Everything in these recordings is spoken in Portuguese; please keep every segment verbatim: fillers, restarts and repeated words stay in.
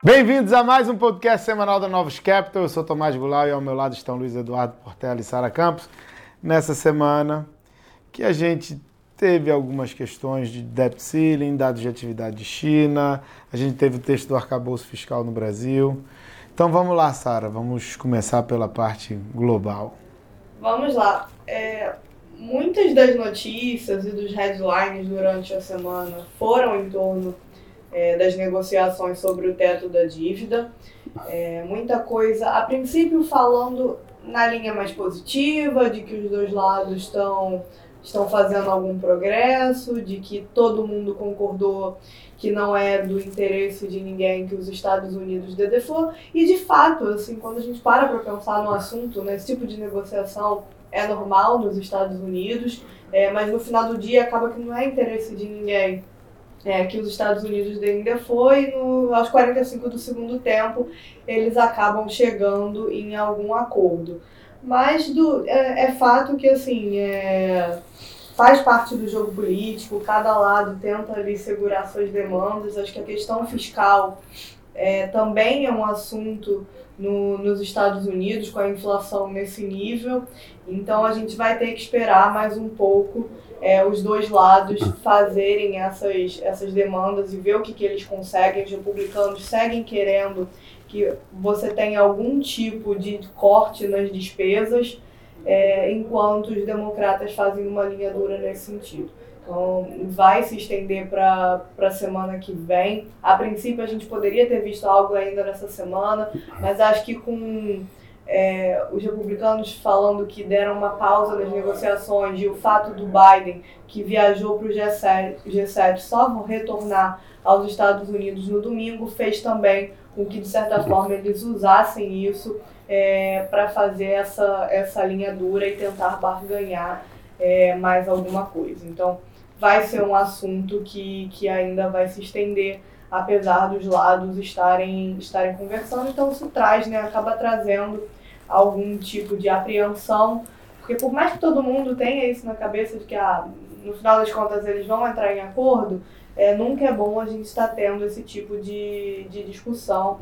Bem-vindos a mais um podcast semanal da Novos Capital. Eu sou Tomás Goulart e ao meu lado estão Luiz Eduardo Portela e Sara Campos. Nessa semana que a gente teve algumas questões de debt ceiling, dados de atividade de China, a gente teve o texto do arcabouço fiscal no Brasil. Então vamos lá, Sara, vamos começar pela parte global. Vamos lá. É, muitas das notícias e dos headlines durante a semana foram em torno É, das negociações sobre o teto da dívida, é, muita coisa, a princípio falando na linha mais positiva, de que os dois lados estão, estão fazendo algum progresso, de que todo mundo concordou que não é do interesse de ninguém que os Estados Unidos dê default, e de fato, assim, quando a gente para para pensar no assunto, né, esse tipo de negociação é normal nos Estados Unidos, é, mas no final do dia acaba que não é interesse de ninguém É, que os Estados Unidos deem default e no, aos quarenta e cinco do segundo tempo eles acabam chegando em algum acordo. Mas do, é, é fato que assim, é, faz parte do jogo político, cada lado tenta ali segurar suas demandas. Acho que a questão fiscal é, também é um assunto no, nos Estados Unidos, com a inflação nesse nível. Então a gente vai ter que esperar mais um pouco É, os dois lados fazerem essas, essas demandas e ver o que, que eles conseguem. Os republicanos seguem querendo que você tenha algum tipo de corte nas despesas, é, enquanto os democratas fazem uma linha dura nesse sentido. Então, vai se estender para a semana que vem. A princípio, a gente poderia ter visto algo ainda nessa semana, mas acho que com É, os republicanos falando que deram uma pausa nas negociações e o fato do Biden, que viajou para o G sete, só retornar aos Estados Unidos no domingo, fez também com que, de certa forma, eles usassem isso é, para fazer essa, essa linha dura e tentar barganhar é, mais alguma coisa. Então, vai ser um assunto que, que ainda vai se estender, apesar dos lados estarem, estarem conversando. Então isso traz, né, acaba trazendo algum tipo de apreensão, porque por mais que todo mundo tenha isso na cabeça de que ah, no final das contas eles vão entrar em acordo, é, nunca é bom a gente estar tendo esse tipo de, de discussão,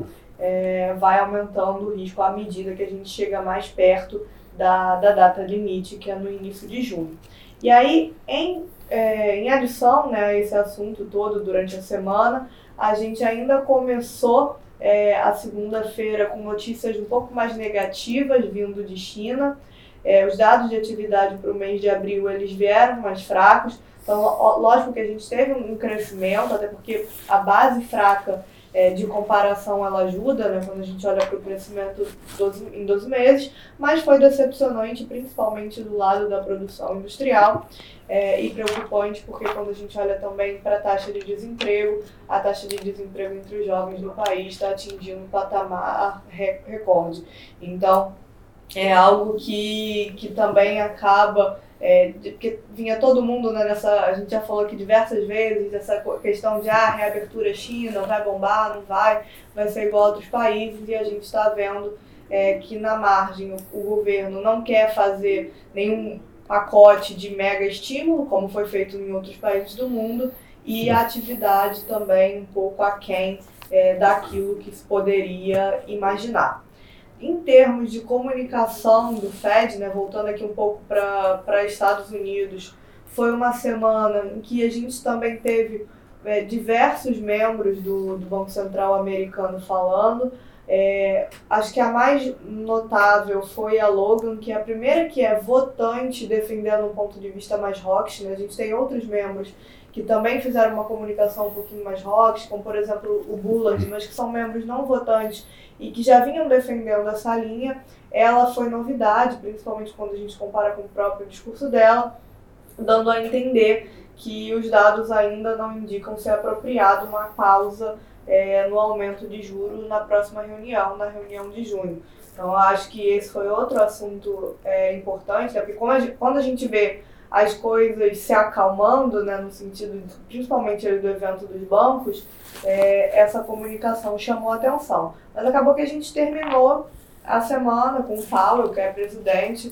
é, vai aumentando o risco à medida que a gente chega mais perto da, da data limite, que é no início de junho. E aí, em, é, em adição, né, a esse assunto todo durante a semana, a gente ainda começou é, a segunda-feira com notícias um pouco mais negativas vindo de China. É, os dados de atividade para o mês de abril eles vieram mais fracos. Então, ó, lógico que a gente teve um crescimento, até porque a base fraca é, de comparação ela ajuda, né, quando a gente olha para o crescimento doze, em doze meses, mas foi decepcionante, principalmente do lado da produção industrial. É, e preocupante porque quando a gente olha também para a taxa de desemprego, a taxa de desemprego entre os jovens no país está atingindo um patamar recorde. Então, é algo que, que também acaba, é, de, porque vinha todo mundo, né, nessa, a gente já falou aqui diversas vezes, essa questão de ah, reabertura China, vai bombar, não vai, vai ser igual a outros países, e a gente está vendo é, que na margem o, o governo não quer fazer nenhum pacote de mega estímulo, como foi feito em outros países do mundo, e a atividade também um pouco aquém é, daquilo que se poderia imaginar. Em termos de comunicação do Fed, né, voltando aqui um pouco para Estados Unidos, foi uma semana em que a gente também teve é, diversos membros do, do Banco Central americano falando. É, acho que a mais notável foi a Logan, que é a primeira que é votante defendendo um ponto de vista mais hawkish, né? A gente tem outros membros que também fizeram uma comunicação um pouquinho mais hawkish, como por exemplo o Bullard, mas que são membros não votantes e que já vinham defendendo essa linha. Ela foi novidade, principalmente quando a gente compara com o próprio discurso dela, dando a entender que os dados ainda não indicam ser apropriado uma pausa É, no aumento de juros na próxima reunião, na reunião de junho. Então, acho que esse foi outro assunto é, importante, né? Porque quando a, gente, quando a gente vê as coisas se acalmando, né, no sentido, de, principalmente do evento dos bancos, é, essa comunicação chamou a atenção. Mas acabou que a gente terminou a semana com o Powell, que é presidente,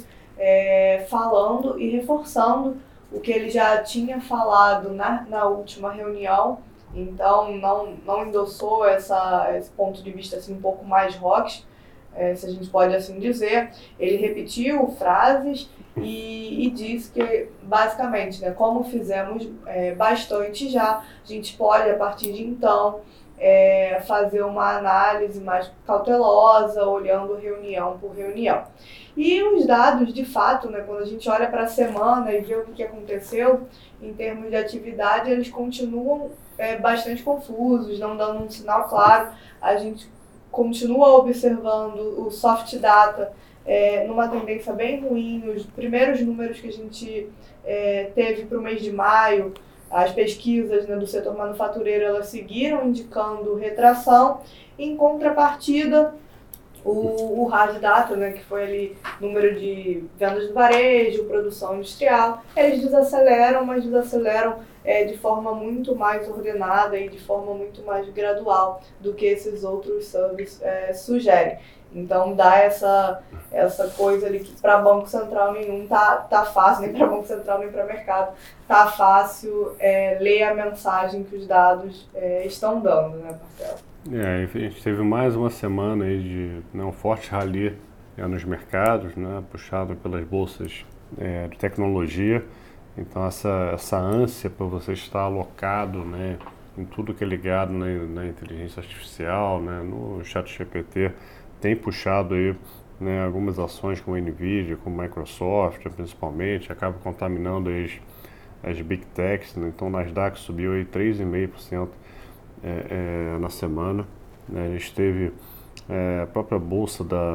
é, falando e reforçando o que ele já tinha falado na, na última reunião, então não, não endossou essa, esse ponto de vista assim, um pouco mais rock, é, se a gente pode assim dizer. Ele repetiu frases e, e disse que, basicamente, né, como fizemos é, bastante já, a gente pode, a partir de então, é, fazer uma análise mais cautelosa, olhando reunião por reunião. E os dados, de fato, né, quando a gente olha para a semana e vê o que aconteceu em termos de atividade, eles continuam é, bastante confusos, não dando um sinal claro. A gente continua observando o soft data é, numa tendência bem ruim. Os primeiros números que a gente é, teve para o mês de maio, as pesquisas, né, do setor manufatureiro, elas seguiram indicando retração. Em contrapartida, o, o hard data, né, que foi ali número de vendas do varejo, produção industrial, eles desaceleram, mas desaceleram é, de forma muito mais ordenada e de forma muito mais gradual do que esses outros surveys é, sugerem. Então dá essa, essa coisa ali que para Banco Central nenhum tá, tá fácil, nem para Banco Central nem para mercado, tá fácil é, ler a mensagem que os dados é, estão dando, né, Marcelo? É, a gente teve mais uma semana aí de né, um forte rally é, nos mercados, né, puxado pelas bolsas é, de tecnologia. Então essa, essa ânsia para você estar alocado, né, em tudo que é ligado na, na inteligência artificial, né, no ChatGPT, tem puxado aí, né, algumas ações como a Nvidia, como a Microsoft, principalmente, acaba contaminando as, as Big Techs, né? Então o Nasdaq subiu aí três vírgula cinco por cento é, é, na semana, né? A gente teve é, a própria bolsa da,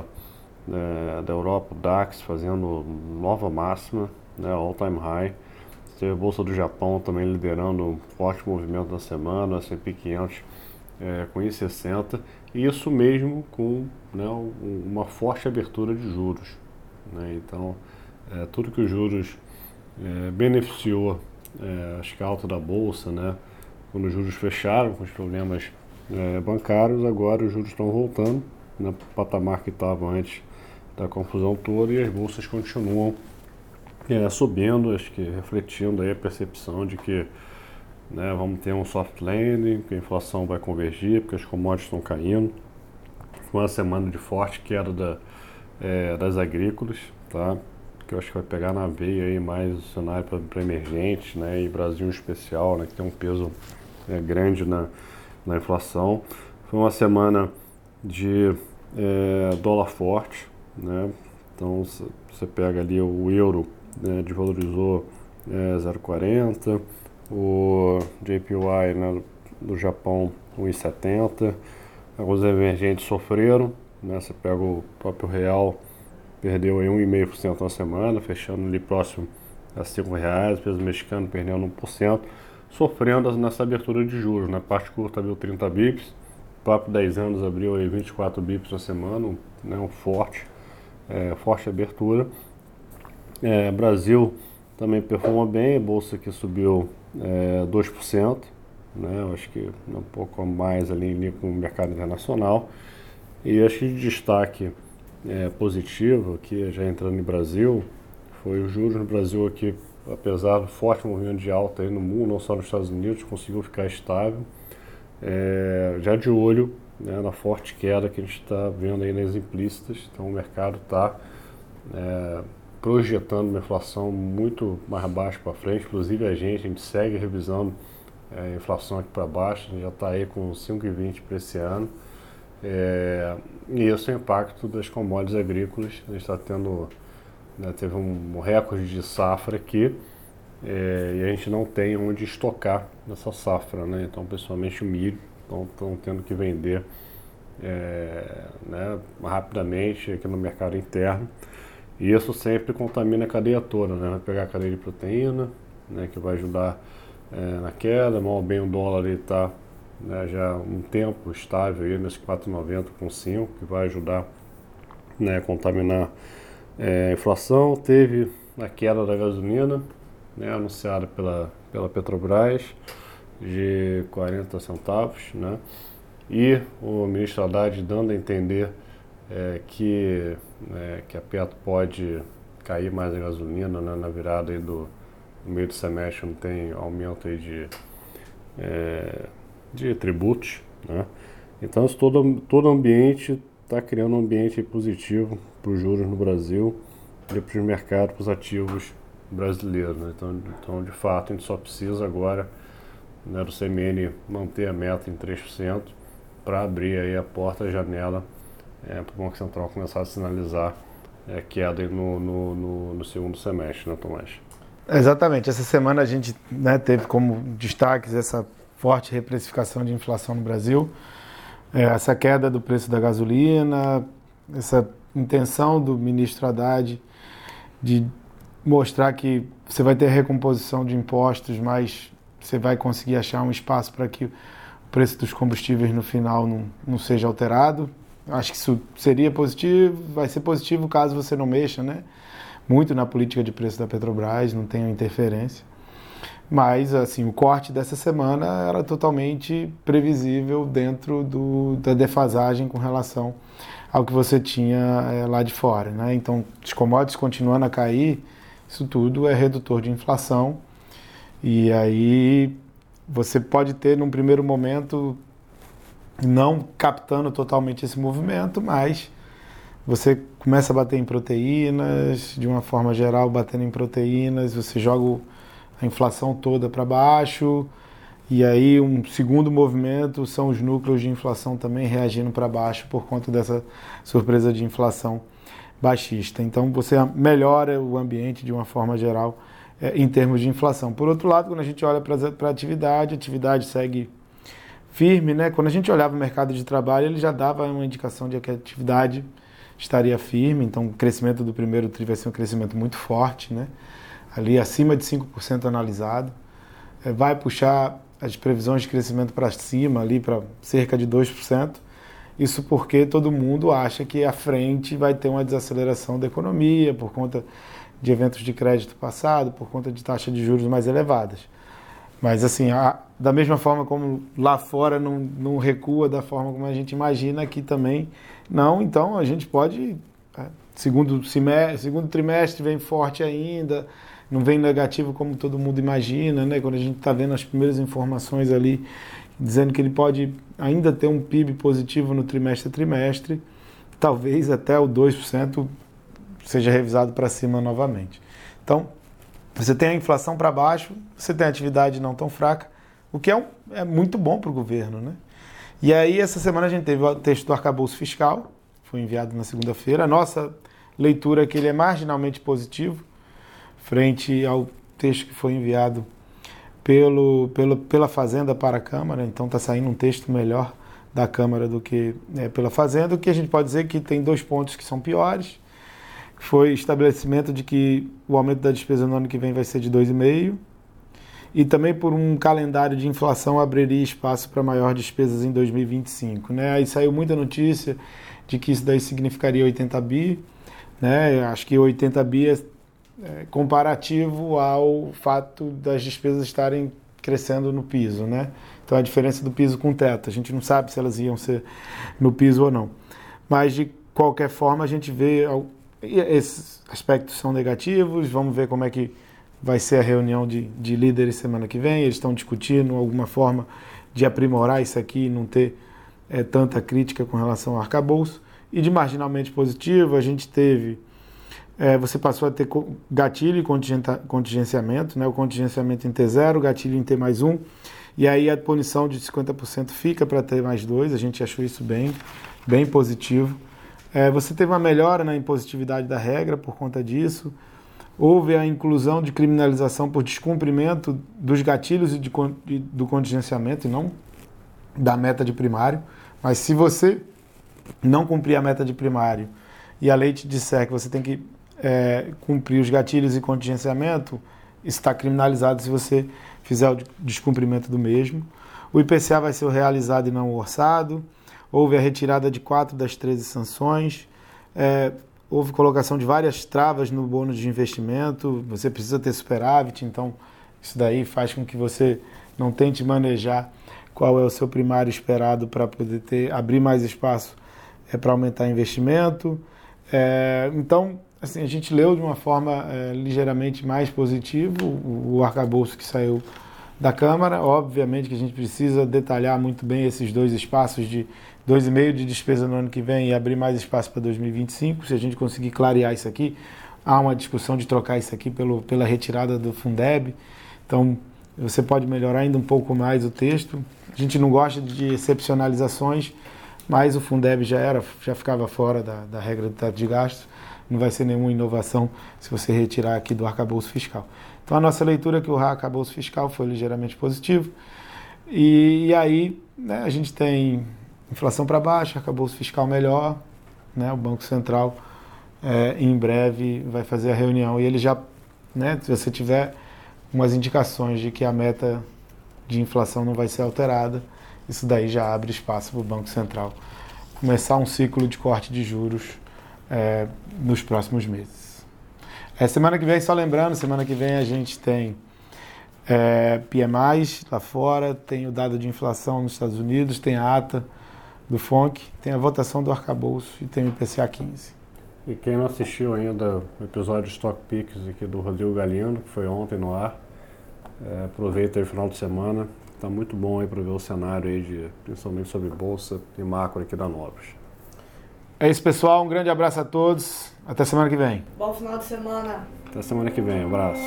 é, da Europa, o DAX, fazendo nova máxima, né, all time high. Teve a bolsa do Japão também liderando um forte movimento na semana, o S and P quinhentos é, com I sessenta, e isso mesmo com né, uma forte abertura de juros, né? Então é, tudo que os juros é, beneficiou é, acho que a alta da bolsa, né, quando os juros fecharam com os problemas é, bancários, agora os juros estão voltando, né, para o patamar que estava antes da confusão toda, e as bolsas continuam é, subindo, acho que refletindo aí a percepção de que né, vamos ter um soft landing, que a inflação vai convergir, porque as commodities estão caindo. Foi uma semana de forte queda da, é, das agrícolas, tá? Que eu acho que vai pegar na veia aí mais o cenário para emergentes, né? E Brasil em especial, né? Que tem um peso é, grande na, na inflação. Foi uma semana de é, dólar forte, né? Então você pega ali o euro, né, desvalorizou é, zero vírgula quarenta. O J P Y né, do Japão um vírgula setenta, alguns emergentes sofreram, né, você pega o próprio real, perdeu aí um vírgula cinco por cento na semana, fechando ali próximo a cinco reais, o peso mexicano perdendo um por cento, sofrendo nessa abertura de juros, na parte curta abriu trinta bips, o próprio dez anos abriu aí vinte e quatro bips na semana, né, um forte, é, forte abertura. É, Brasil também performa bem, a bolsa que subiu é, dois por cento, né? Eu acho que um pouco mais ali, ali com o mercado internacional. E acho que de destaque é, positivo, aqui já entrando no Brasil, foi os juros no Brasil aqui, apesar do forte movimento de alta aí no mundo, não só nos Estados Unidos, conseguiu ficar estável. É, já de olho né, na forte queda que a gente está vendo aí nas implícitas, então o mercado está é, projetando uma inflação muito mais baixa para frente, inclusive a gente, a gente segue revisando é, a inflação aqui para baixo, a gente já está aí com cinco vírgula vinte para esse ano, é, e esse é o impacto das commodities agrícolas. A gente está tendo, né, teve um recorde de safra aqui, é, e a gente não tem onde estocar nessa safra, né? Então principalmente o milho, estão tendo que vender é, né, rapidamente aqui no mercado interno. E isso sempre contamina a cadeia toda, né? Vai pegar a cadeia de proteína, né, que vai ajudar é, na queda, mal ou bem o dólar está né, já há um tempo estável aí nesse quatro vírgula noventa com cinco, que vai ajudar né, a contaminar é, a inflação. Teve a queda da gasolina, né, anunciada pela, pela Petrobras, de quarenta centavos, né? E o ministro Haddad dando a entender É, que, é, que a Petro pode cair mais a gasolina né, na virada aí do no meio do semestre, não tem aumento aí de, é, de tributos, né? Então, isso todo, todo ambiente está criando um ambiente positivo para os juros no Brasil e para os mercados, para os ativos brasileiros, né? Então, então, de fato, a gente só precisa agora, né, do C M N manter a meta em três por cento para abrir aí a porta, a janela, é, para o Banco Central começar a sinalizar é, queda no, no, no, no segundo semestre, né, Tomás? Exatamente. Essa semana a gente, né, teve como destaques essa forte reprecificação de inflação no Brasil, é, essa queda do preço da gasolina, essa intenção do ministro Haddad de mostrar que você vai ter recomposição de impostos, mas você vai conseguir achar um espaço para que o preço dos combustíveis no final não, não seja alterado. Acho que isso seria positivo, vai ser positivo caso você não mexa, né, muito na política de preço da Petrobras, não tenha interferência. Mas, assim, o corte dessa semana era totalmente previsível dentro do, da defasagem com relação ao que você tinha é, lá de fora, né? Então, os commodities continuando a cair, isso tudo é redutor de inflação. E aí você pode ter, num primeiro momento, não captando totalmente esse movimento, mas você começa a bater em proteínas, de uma forma geral, batendo em proteínas, você joga a inflação toda para baixo, e aí um segundo movimento são os núcleos de inflação também reagindo para baixo por conta dessa surpresa de inflação baixista. Então você melhora o ambiente de uma forma geral é, em termos de inflação. Por outro lado, quando a gente olha para a atividade, a atividade segue firme, né? Quando a gente olhava o mercado de trabalho, ele já dava uma indicação de que a atividade estaria firme, então o crescimento do primeiro tri vai ser um crescimento muito forte, né? Ali acima de cinco por cento analisado, é, vai puxar as previsões de crescimento para cima, ali para cerca de dois por cento, isso porque todo mundo acha que à frente vai ter uma desaceleração da economia por conta de eventos de crédito passado, por conta de taxas de juros mais elevadas. Mas assim, a, da mesma forma como lá fora não, não recua da forma como a gente imagina, aqui também não, então a gente pode, segundo, semestre, segundo trimestre vem forte ainda, não vem negativo como todo mundo imagina, né? Quando a gente está vendo as primeiras informações ali, dizendo que ele pode ainda ter um P I B positivo no trimestre a trimestre, talvez até o dois por cento seja revisado para cima novamente. Então, você tem a inflação para baixo, você tem a atividade não tão fraca, o que é, um, é muito bom para o governo, né? E aí, essa semana a gente teve o texto do arcabouço fiscal, foi enviado na segunda-feira. A nossa leitura é que ele é marginalmente positivo, frente ao texto que foi enviado pelo, pelo, pela Fazenda para a Câmara. Então está saindo um texto melhor da Câmara do que é, pela Fazenda, o que a gente pode dizer que tem dois pontos que são piores. Foi o estabelecimento de que o aumento da despesa no ano que vem vai ser de dois vírgula cinco por cento e também por um calendário de inflação abriria espaço para maior despesas em dois mil e vinte e cinco. Né? Aí saiu muita notícia de que isso daí significaria oitenta bi, né? Acho que oitenta bi é É, comparativo ao fato das despesas estarem crescendo no piso, né? Então a diferença do piso com o teto, a gente não sabe se elas iam ser no piso ou não. Mas de qualquer forma a gente vê, esses aspectos são negativos, vamos ver como é que vai ser a reunião de, de líderes semana que vem, eles estão discutindo alguma forma de aprimorar isso aqui e não ter é, tanta crítica com relação ao arcabouço. E de marginalmente positivo a gente teve É, você passou a ter gatilho e contingenciamento, né? O contingenciamento em T zero, gatilho em T mais um, e aí a punição de cinquenta por cento fica para T mais dois, a gente achou isso bem, bem positivo. É, você teve uma melhora na impositividade da regra por conta disso, houve a inclusão de criminalização por descumprimento dos gatilhos e de, de, do contingenciamento, e não da meta de primário, mas se você não cumprir a meta de primário e a lei te disser que você tem que É, cumprir os gatilhos e contingenciamento, está criminalizado se você fizer o descumprimento do mesmo. O I P C A vai ser realizado e não orçado. Houve a retirada de quatro das treze sanções. É, houve colocação de várias travas no bônus de investimento. Você precisa ter superávit, então isso daí faz com que você não tente manejar qual é o seu primário esperado para poder ter, abrir mais espaço é, para aumentar investimento. É, então, assim, a gente leu de uma forma é, ligeiramente mais positiva o, o arcabouço que saiu da Câmara. Obviamente que a gente precisa detalhar muito bem esses dois espaços de dois vírgula cinco de despesa no ano que vem e abrir mais espaço para dois mil e vinte e cinco. Se a gente conseguir clarear isso aqui, há uma discussão de trocar isso aqui pelo, pela retirada do Fundeb. Então, você pode melhorar ainda um pouco mais o texto. A gente não gosta de excepcionalizações, mas o Fundeb já era, já ficava fora da, da regra do teto de gastos. Não vai ser nenhuma inovação se você retirar aqui do arcabouço fiscal. Então, a nossa leitura é que o arcabouço fiscal foi ligeiramente positivo. E, e aí, né, a gente tem inflação para baixo, arcabouço fiscal melhor, né, o Banco Central é, em breve vai fazer a reunião. E ele já, né, se você tiver umas indicações de que a meta de inflação não vai ser alterada, isso daí já abre espaço para o Banco Central começar um ciclo de corte de juros é, nos próximos meses. É, semana que vem, só lembrando, semana que vem a gente tem é, P M Is lá fora, tem o dado de inflação nos Estados Unidos, tem a ata do F O N C, tem a votação do arcabouço e tem o I P C A quinze. E quem não assistiu ainda o episódio de Stock Picks aqui do Rodrigo Galindo, que foi ontem no ar, é, aproveita aí o final de semana. Está muito bom aí para ver o cenário aí, de, principalmente sobre bolsa e macro aqui da Novos. É isso, pessoal. Um grande abraço a todos. Até semana que vem. Bom final de semana. Até semana que vem. Um abraço.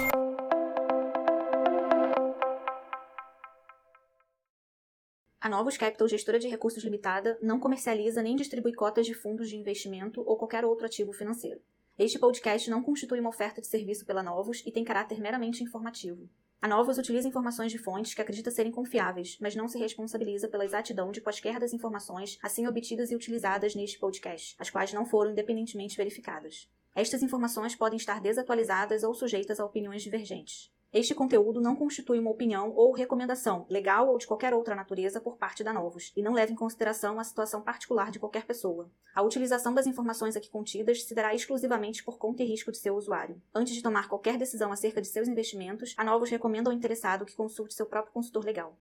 A Novos Capital, gestora de recursos limitada, não comercializa nem distribui cotas de fundos de investimento ou qualquer outro ativo financeiro. Este podcast não constitui uma oferta de serviço pela Novos e tem caráter meramente informativo. A Novos utiliza informações de fontes que acredita serem confiáveis, mas não se responsabiliza pela exatidão de quaisquer das informações assim obtidas e utilizadas neste podcast, as quais não foram independentemente verificadas. Estas informações podem estar desatualizadas ou sujeitas a opiniões divergentes. Este conteúdo não constitui uma opinião ou recomendação, legal ou de qualquer outra natureza, por parte da Novos, e não leva em consideração a situação particular de qualquer pessoa. A utilização das informações aqui contidas se dará exclusivamente por conta e risco de seu usuário. Antes de tomar qualquer decisão acerca de seus investimentos, a Novos recomenda ao interessado que consulte seu próprio consultor legal.